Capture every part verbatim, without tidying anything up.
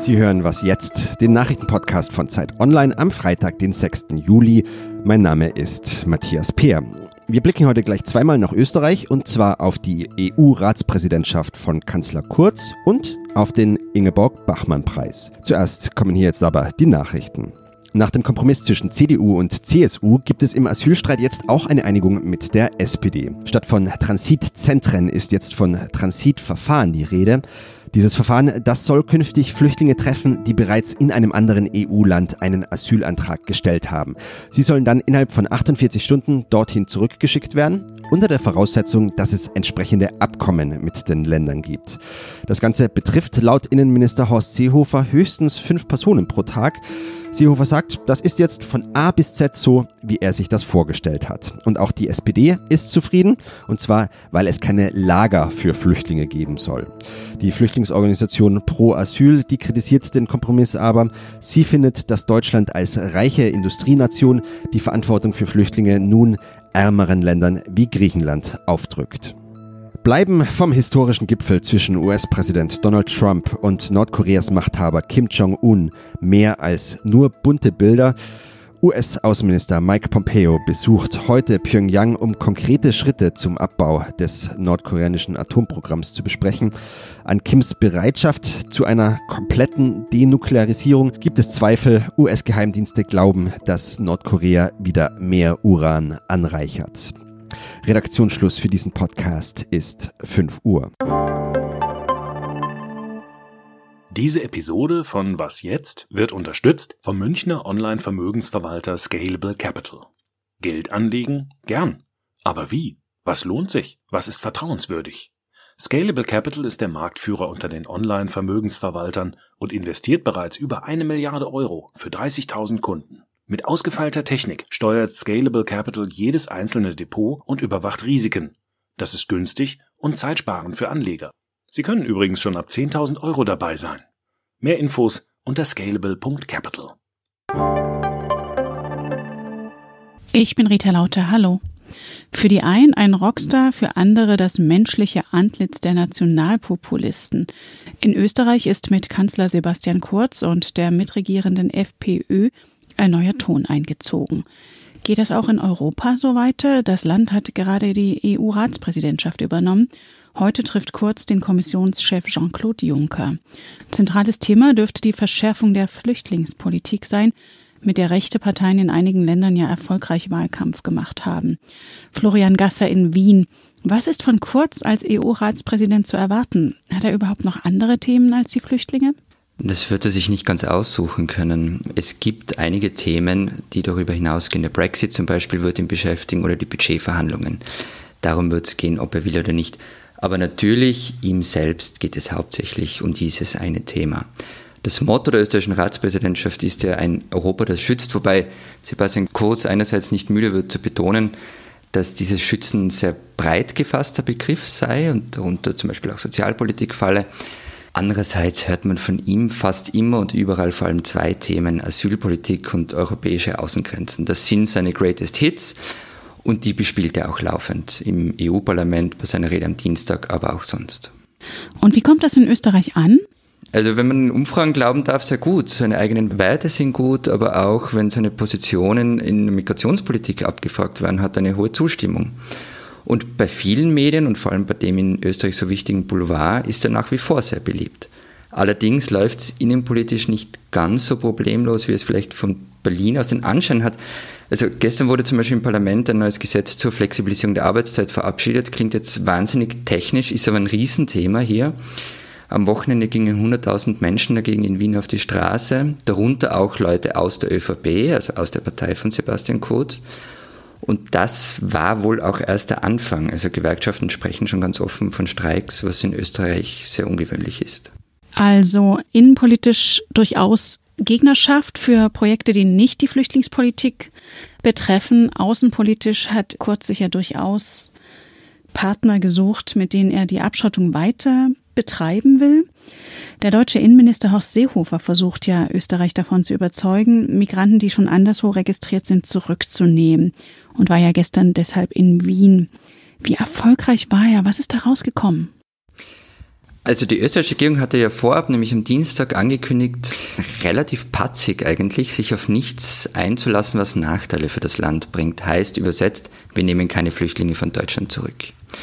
Sie hören Was jetzt, den Nachrichtenpodcast von Zeit Online am Freitag, den sechsten Juli. Mein Name ist Matthias Peer. Wir blicken heute gleich zweimal nach Österreich und zwar auf die E U-Ratspräsidentschaft von Kanzler Kurz und auf den Ingeborg-Bachmann-Preis. Zuerst kommen hier jetzt aber die Nachrichten. Nach dem Kompromiss zwischen C D U und C S U gibt es im Asylstreit jetzt auch eine Einigung mit der S P D. Statt von Transitzentren ist jetzt von Transitverfahren die Rede. Dieses Verfahren, das soll künftig Flüchtlinge treffen, die bereits in einem anderen E U-Land einen Asylantrag gestellt haben. Sie sollen dann innerhalb von achtundvierzig Stunden dorthin zurückgeschickt werden, unter der Voraussetzung, dass es entsprechende Abkommen mit den Ländern gibt. Das Ganze betrifft laut Innenminister Horst Seehofer höchstens fünf Personen pro Tag. Seehofer sagt, das ist jetzt von A bis Z so, wie er sich das vorgestellt hat. Und auch die S P D ist zufrieden, und zwar, weil es keine Lager für Flüchtlinge geben soll. Die Flüchtlingsorganisation Pro Asyl, die kritisiert den Kompromiss aber. Sie findet, dass Deutschland als reiche Industrienation die Verantwortung für Flüchtlinge nun ärmeren Ländern wie Griechenland aufdrückt. Bleiben vom historischen Gipfel zwischen U S-Präsident Donald Trump und Nordkoreas Machthaber Kim Jong-un mehr als nur bunte Bilder. U S-Außenminister Mike Pompeo besucht heute Pyongyang, um konkrete Schritte zum Abbau des nordkoreanischen Atomprogramms zu besprechen. An Kims Bereitschaft zu einer kompletten Denuklearisierung gibt es Zweifel. U S-Geheimdienste glauben, dass Nordkorea wieder mehr Uran anreichert. Redaktionsschluss für diesen Podcast ist fünf Uhr. Diese Episode von Was jetzt wird unterstützt vom Münchner Online-Vermögensverwalter Scalable Capital. Geld anlegen? Gern. Aber wie? Was lohnt sich? Was ist vertrauenswürdig? Scalable Capital ist der Marktführer unter den Online-Vermögensverwaltern und investiert bereits über eine Milliarde Euro für dreißigtausend Kunden. Mit ausgefeilter Technik steuert Scalable Capital jedes einzelne Depot und überwacht Risiken. Das ist günstig und zeitsparend für Anleger. Sie können übrigens schon ab zehntausend Euro dabei sein. Mehr Infos unter scalable punkt capital. Ich bin Rita Lauter, hallo. Für die einen ein Rockstar, für andere das menschliche Antlitz der Nationalpopulisten. In Österreich ist mit Kanzler Sebastian Kurz und der mitregierenden FPÖ ein neuer Ton eingezogen. Geht es auch in Europa so weiter? Das Land hat gerade die E U-Ratspräsidentschaft übernommen. Heute trifft Kurz den Kommissionschef Jean-Claude Juncker. Zentrales Thema dürfte die Verschärfung der Flüchtlingspolitik sein, mit der rechte Parteien in einigen Ländern ja erfolgreich Wahlkampf gemacht haben. Florian Gasser in Wien. Was ist von Kurz als E U-Ratspräsident zu erwarten? Hat er überhaupt noch andere Themen als die Flüchtlinge? Das wird er sich nicht ganz aussuchen können. Es gibt einige Themen, die darüber hinausgehen. Der Brexit zum Beispiel wird ihn beschäftigen oder die Budgetverhandlungen. Darum wird es gehen, ob er will oder nicht. Aber natürlich, ihm selbst geht es hauptsächlich um dieses eine Thema. Das Motto der österreichischen Ratspräsidentschaft ist ja ein Europa, das schützt, wobei Sebastian Kurz einerseits nicht müde wird zu betonen, dass dieses Schützen ein sehr breit gefasster Begriff sei und darunter zum Beispiel auch Sozialpolitik falle. Andererseits hört man von ihm fast immer und überall vor allem zwei Themen, Asylpolitik und europäische Außengrenzen. Das sind seine Greatest Hits und die bespielt er auch laufend im E U-Parlament, bei seiner Rede am Dienstag, aber auch sonst. Und wie kommt das in Österreich an? Also wenn man den Umfragen glauben darf, sehr gut. Seine eigenen Werte sind gut, aber auch wenn seine Positionen in der Migrationspolitik abgefragt werden, hat er eine hohe Zustimmung. Und bei vielen Medien und vor allem bei dem in Österreich so wichtigen Boulevard ist er nach wie vor sehr beliebt. Allerdings läuft es innenpolitisch nicht ganz so problemlos, wie es vielleicht von Berlin aus den Anschein hat. Also gestern wurde zum Beispiel im Parlament ein neues Gesetz zur Flexibilisierung der Arbeitszeit verabschiedet. Klingt jetzt wahnsinnig technisch, ist aber ein Riesenthema hier. Am Wochenende gingen hunderttausend Menschen dagegen in Wien auf die Straße, darunter auch Leute aus der ÖVP, also aus der Partei von Sebastian Kurz. Und das war wohl auch erst der Anfang. Also Gewerkschaften sprechen schon ganz offen von Streiks, was in Österreich sehr ungewöhnlich ist. Also innenpolitisch durchaus Gegnerschaft für Projekte, die nicht die Flüchtlingspolitik betreffen. Außenpolitisch hat Kurz sich ja durchaus Partner gesucht, mit denen er die Abschottung weiter betreiben will. Der deutsche Innenminister Horst Seehofer versucht ja, Österreich davon zu überzeugen, Migranten, die schon anderswo registriert sind, zurückzunehmen und war ja gestern deshalb in Wien. Wie erfolgreich war er? Was ist da rausgekommen? Also die österreichische Regierung hatte ja vorab, nämlich am Dienstag angekündigt, relativ patzig eigentlich, sich auf nichts einzulassen, was Nachteile für das Land bringt. Heißt übersetzt, wir nehmen keine Flüchtlinge von Deutschland zurück.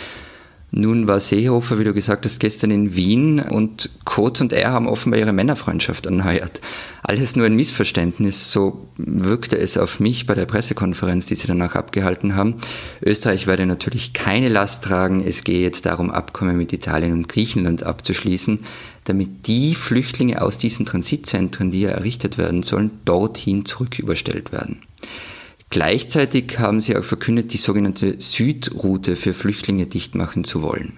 Nun war Seehofer, wie du gesagt hast, gestern in Wien und Kurz und er haben offenbar ihre Männerfreundschaft erneuert. Alles nur ein Missverständnis, so wirkte es auf mich bei der Pressekonferenz, die sie danach abgehalten haben. Österreich werde natürlich keine Last tragen, es gehe jetzt darum, Abkommen mit Italien und Griechenland abzuschließen, damit die Flüchtlinge aus diesen Transitzentren, die ja errichtet werden sollen, dorthin zurücküberstellt werden. Gleichzeitig haben sie auch verkündet, die sogenannte Südroute für Flüchtlinge dicht machen zu wollen.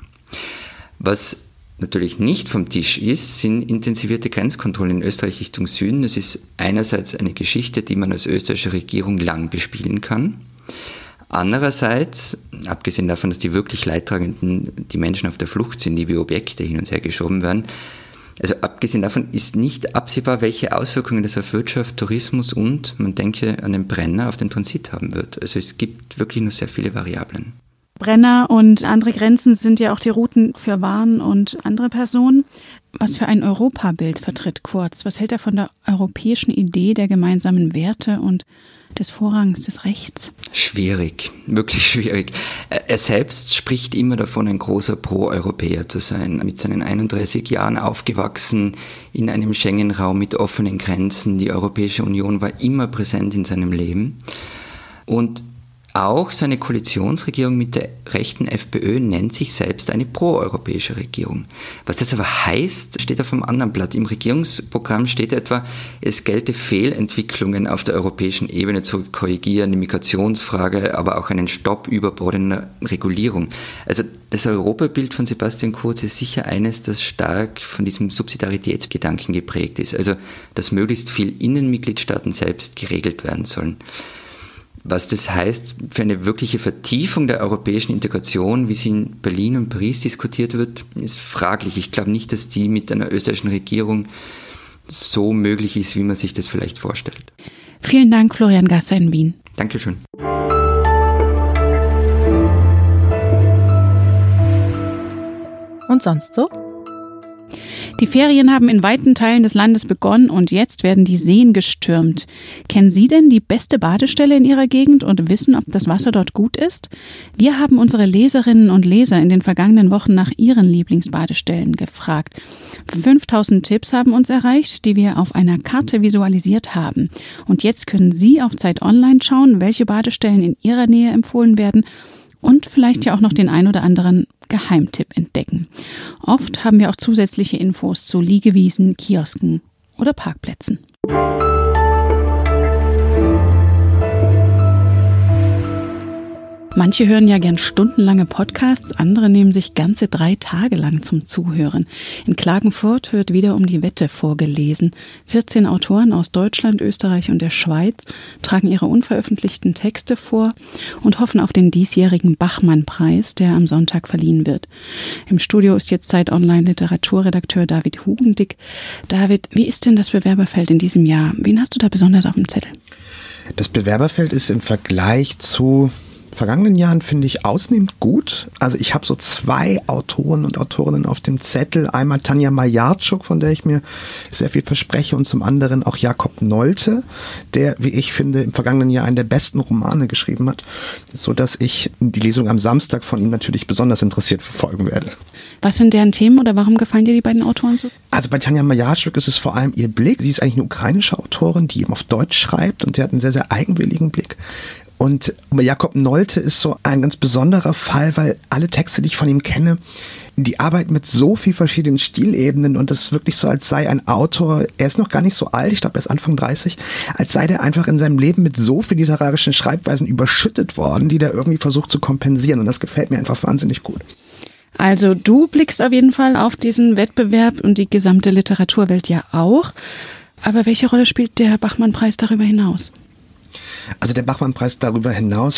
Was natürlich nicht vom Tisch ist, sind intensivierte Grenzkontrollen in Österreich Richtung Süden. Das ist einerseits eine Geschichte, die man als österreichische Regierung lang bespielen kann. Andererseits, abgesehen davon, dass die wirklich Leidtragenden die Menschen auf der Flucht sind, die wie Objekte hin und her geschoben werden, also abgesehen davon ist nicht absehbar, welche Auswirkungen das auf Wirtschaft, Tourismus und, man denke an den Brenner, auf den Transit haben wird. Also es gibt wirklich noch sehr viele Variablen. Brenner und andere Grenzen sind ja auch die Routen für Waren und andere Personen. Was für ein Europabild vertritt Kurz? Was hält er von der europäischen Idee der gemeinsamen Werte und des Vorrangs des Rechts? Schwierig, wirklich schwierig. Er selbst spricht immer davon, ein großer Pro-Europäer zu sein. Mit seinen einunddreißig Jahren aufgewachsen in einem Schengen-Raum mit offenen Grenzen. Die Europäische Union war immer präsent in seinem Leben. Und auch seine Koalitionsregierung mit der rechten FPÖ nennt sich selbst eine proeuropäische Regierung. Was das aber heißt, steht auf einem anderen Blatt. Im Regierungsprogramm steht etwa, es gelte Fehlentwicklungen auf der europäischen Ebene zu korrigieren, die Migrationsfrage, aber auch einen Stopp überbordender Regulierung. Also das Europabild von Sebastian Kurz ist sicher eines, das stark von diesem Subsidiaritätsgedanken geprägt ist. Also dass möglichst viel in den Mitgliedstaaten selbst geregelt werden sollen. Was das heißt für eine wirkliche Vertiefung der europäischen Integration, wie sie in Berlin und Paris diskutiert wird, ist fraglich. Ich glaube nicht, dass die mit einer österreichischen Regierung so möglich ist, wie man sich das vielleicht vorstellt. Vielen Dank, Florian Gasser in Wien. Dankeschön. Und sonst so? Die Ferien haben in weiten Teilen des Landes begonnen und jetzt werden die Seen gestürmt. Kennen Sie denn die beste Badestelle in Ihrer Gegend und wissen, ob das Wasser dort gut ist? Wir haben unsere Leserinnen und Leser in den vergangenen Wochen nach ihren Lieblingsbadestellen gefragt. fünftausend Tipps haben uns erreicht, die wir auf einer Karte visualisiert haben. Und jetzt können Sie auf Zeit Online schauen, welche Badestellen in Ihrer Nähe empfohlen werden und vielleicht ja auch noch den ein oder anderen Geheimtipp entdecken. Oft haben wir auch zusätzliche Infos zu Liegewiesen, Kiosken oder Parkplätzen. Manche hören ja gern stundenlange Podcasts, andere nehmen sich ganze drei Tage lang zum Zuhören. In Klagenfurt wird wieder um die Wette vorgelesen. vierzehn Autoren aus Deutschland, Österreich und der Schweiz tragen ihre unveröffentlichten Texte vor und hoffen auf den diesjährigen Bachmann-Preis, der am Sonntag verliehen wird. Im Studio ist jetzt Zeit Online Literaturredakteur David Hugendick. David, wie ist denn das Bewerberfeld in diesem Jahr? Wen hast du da besonders auf dem Zettel? Das Bewerberfeld ist im Vergleich zu vergangenen Jahren, finde ich, ausnehmend gut. Also ich habe so zwei Autoren und Autorinnen auf dem Zettel. Einmal Tanja Majarczuk, von der ich mir sehr viel verspreche, und zum anderen auch Jakob Nolte, der, wie ich finde, im vergangenen Jahr einen der besten Romane geschrieben hat, sodass ich die Lesung am Samstag von ihm natürlich besonders interessiert verfolgen werde. Was sind deren Themen oder warum gefallen dir die beiden Autoren so? Also bei Tanja Majarczuk ist es vor allem ihr Blick. Sie ist eigentlich eine ukrainische Autorin, die eben auf Deutsch schreibt, und sie hat einen sehr, sehr eigenwilligen Blick. Und Jakob Nolte ist so ein ganz besonderer Fall, weil alle Texte, die ich von ihm kenne, die arbeiten mit so viel verschiedenen Stilebenen, und das ist wirklich so, als sei ein Autor, er ist noch gar nicht so alt, ich glaube er ist Anfang dreißig, als sei der einfach in seinem Leben mit so viel literarischen Schreibweisen überschüttet worden, die der irgendwie versucht zu kompensieren, und das gefällt mir einfach wahnsinnig gut. Also du blickst auf jeden Fall auf diesen Wettbewerb und die gesamte Literaturwelt ja auch, aber welche Rolle spielt der Bachmann-Preis darüber hinaus? Also der Bachmann-Preis darüber hinaus spielt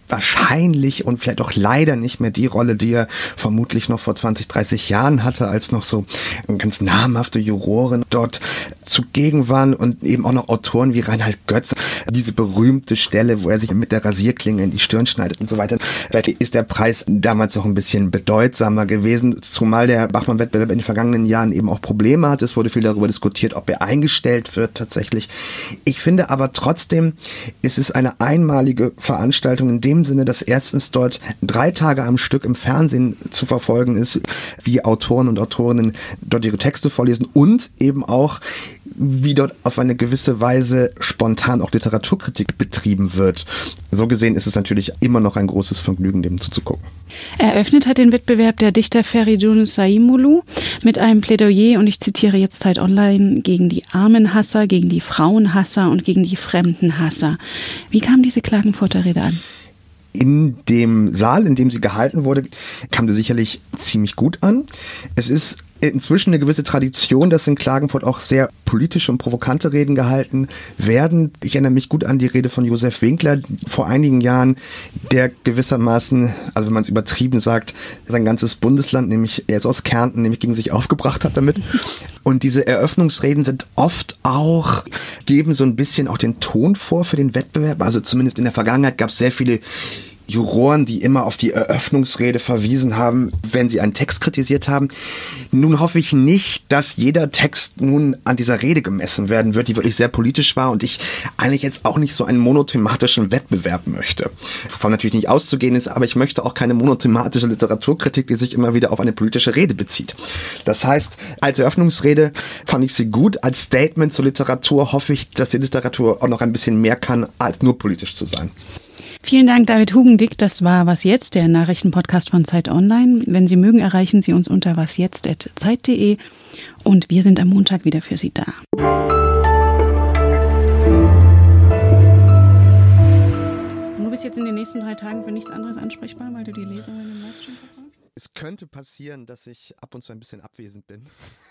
wahrscheinlich und vielleicht auch leider nicht mehr die Rolle, die er vermutlich noch vor zwanzig, dreißig Jahren hatte, als noch so ganz namhafte Juroren dort zugegen waren und eben auch noch Autoren wie Reinhard Götz. Diese berühmte Stelle, wo er sich mit der Rasierklinge in die Stirn schneidet und so weiter. Vielleicht ist der Preis damals noch ein bisschen bedeutsamer gewesen, zumal der Bachmann-Wettbewerb in den vergangenen Jahren eben auch Probleme hat. Es wurde viel darüber diskutiert, ob er eingestellt wird tatsächlich. Ich finde aber trotzdem, ist es eine einmalige Veranstaltung in dem Sinne, dass erstens dort drei Tage am Stück im Fernsehen zu verfolgen ist, wie Autoren und Autorinnen dort ihre Texte vorlesen und eben auch, wie dort auf eine gewisse Weise spontan auch Literaturkritik betrieben wird. So gesehen ist es natürlich immer noch ein großes Vergnügen, dem zuzugucken. Eröffnet hat den Wettbewerb der Dichter Feridun Saimulu mit einem Plädoyer, und ich zitiere jetzt Zeit Online, gegen die Armenhasser, gegen die Frauenhasser und gegen die Fremdenhasser. Wie kam diese Klagenfurter Rede an? In dem Saal, in dem sie gehalten wurde, kam sie sicherlich ziemlich gut an. Es ist inzwischen eine gewisse Tradition, dass in Klagenfurt auch sehr politische und provokante Reden gehalten werden. Ich erinnere mich gut an die Rede von Josef Winkler vor einigen Jahren, der gewissermaßen, also wenn man es übertrieben sagt, sein ganzes Bundesland, nämlich er ist aus Kärnten, nämlich gegen sich aufgebracht hat damit. Und diese Eröffnungsreden sind oft auch, geben so ein bisschen auch den Ton vor für den Wettbewerb. Also zumindest in der Vergangenheit gab es sehr viele Juroren, die immer auf die Eröffnungsrede verwiesen haben, wenn sie einen Text kritisiert haben. Nun hoffe ich nicht, dass jeder Text nun an dieser Rede gemessen werden wird, die wirklich sehr politisch war und ich eigentlich jetzt auch nicht so einen monothematischen Wettbewerb möchte. Wovon natürlich nicht auszugehen ist, aber ich möchte auch keine monothematische Literaturkritik, die sich immer wieder auf eine politische Rede bezieht. Das heißt, als Eröffnungsrede fand ich sie gut. Als Statement zur Literatur hoffe ich, dass die Literatur auch noch ein bisschen mehr kann, als nur politisch zu sein. Vielen Dank, David Hugendick. Das war Was Jetzt, der Nachrichtenpodcast von Zeit Online. Wenn Sie mögen, erreichen Sie uns unter wasjetzt at zeit punkt de und wir sind am Montag wieder für Sie da. Und du bist jetzt in den nächsten drei Tagen für nichts anderes ansprechbar, weil du die Lesungen im Livestream verfolgst? Es könnte passieren, dass ich ab und zu ein bisschen abwesend bin.